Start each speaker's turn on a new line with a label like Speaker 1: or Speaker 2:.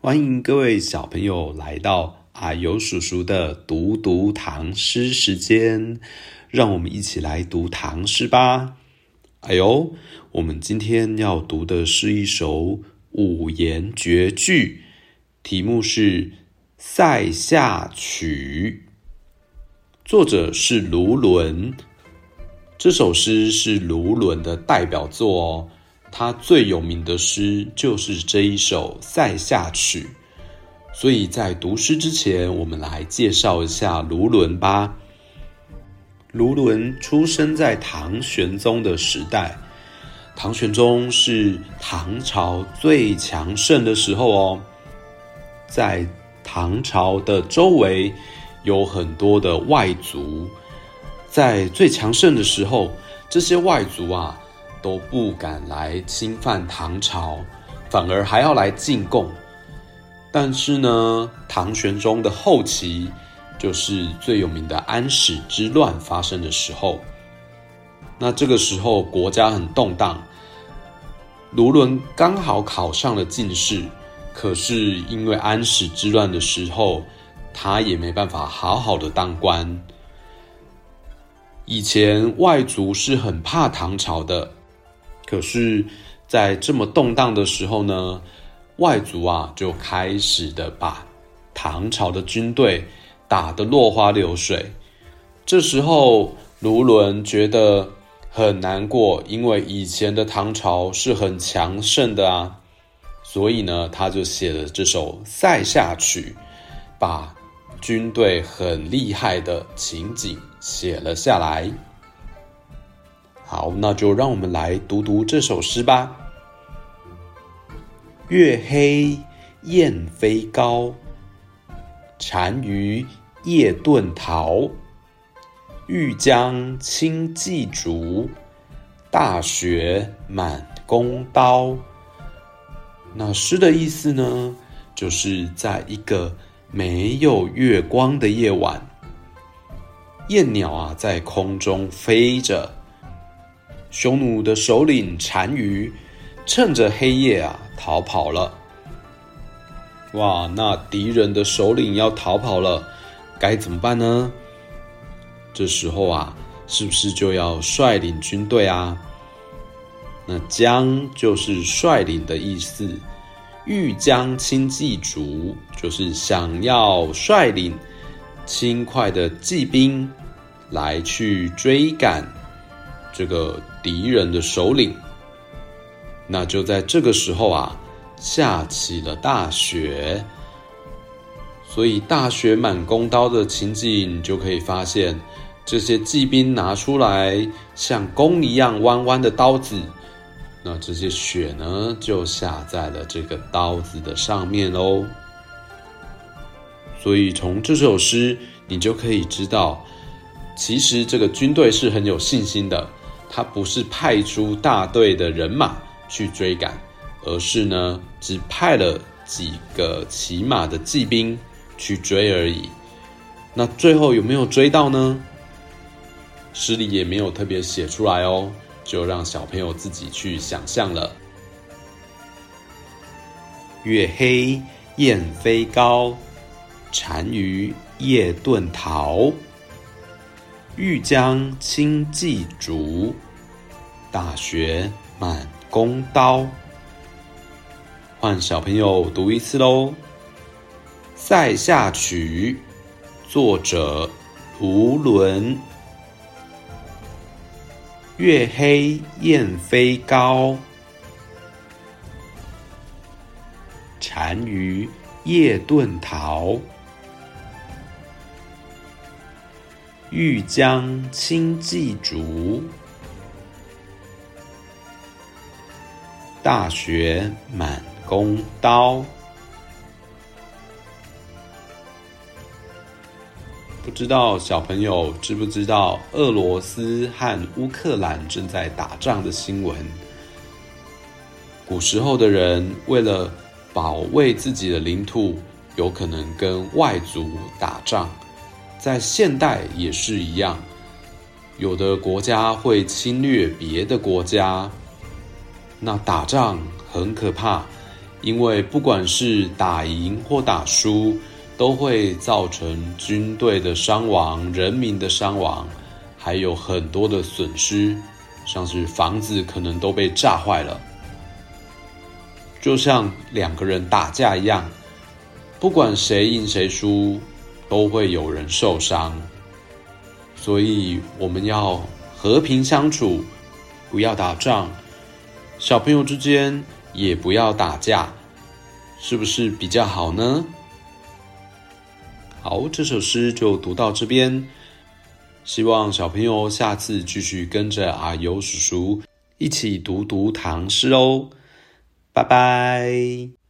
Speaker 1: 欢迎各位小朋友来到阿尤叔叔的读读唐诗时间，让我们一起来读唐诗吧。我们今天要读的是一首五言绝句，题目是《塞下曲》，作者是卢纶。这首诗是卢纶的代表作哦。他最有名的诗就是这一首《塞下曲》，所以在读诗之前，我们来介绍一下卢纶吧。卢纶出生在唐玄宗的时代，唐玄宗是唐朝最强盛的时候哦。在唐朝的周围有很多的外族，在最强盛的时候，这些外族都不敢来侵犯唐朝，反而还要来进贡。但是呢，唐玄宗的后期，就是最有名的安史之乱发生的时候。那这个时候国家很动荡，卢纶刚好考上了进士，可是因为安史之乱的时候，他也没办法好好的当官。以前外族是很怕唐朝的，可是在这么动荡的时候呢，外族就开始的把唐朝的军队打得落花流水。这时候卢纶觉得很难过，因为以前的唐朝是很强盛的所以呢，他就写了这首《塞下曲》，把军队很厉害的情景写了下来。好，那就让我们来读读这首诗吧。月黑雁飞高，单于夜遁逃。欲将轻骑逐，大雪满弓刀。那诗的意思呢，就是在一个没有月光的夜晚，燕鸟在空中飞着，匈奴的首领单于趁着黑夜逃跑了。哇，那敌人的首领要逃跑了，该怎么办呢？这时候是不是就要率领军队那将就是率领的意思，欲将轻骑逐，就是想要率领轻快的骑兵来去追赶这个敌人的首领。那就在这个时候下起了大雪，所以大雪满弓刀的情景，就可以发现这些骑兵拿出来像弓一样弯弯的刀子，那这些雪呢，就下在了这个刀子的上面咯。所以从这首诗你就可以知道，其实这个军队是很有信心的，他不是派出大队的人马去追赶，而是呢只派了几个骑马的骑兵去追而已。那最后有没有追到呢？诗里也没有特别写出来哦，就让小朋友自己去想象了。月黑雁飞高，单于夜遁逃。欲将轻骑逐，大雪满弓刀。换小朋友读一次咯。《塞下曲》，作者卢纶。月黑雁飞高，单于夜遁逃。欲将轻骑逐，大雪满弓刀。不知道小朋友知不知道俄罗斯和乌克兰正在打仗的新闻？古时候的人为了保卫自己的领土，有可能跟外族打仗。在现代也是一样，有的国家会侵略别的国家，那打仗很可怕， 因为不管是打赢或打输，都会造成军队的伤亡、人民的伤亡，还有很多的损失，像是房子可能都被炸坏了。就像两个人打架一样，不管谁赢谁输，都会有人受伤。所以我们要和平相处，不要打仗，小朋友之间也不要打架，是不是比较好呢？好，这首诗就读到这边，希望小朋友下次继续跟着阿尤叔叔一起读唐诗哦，拜拜。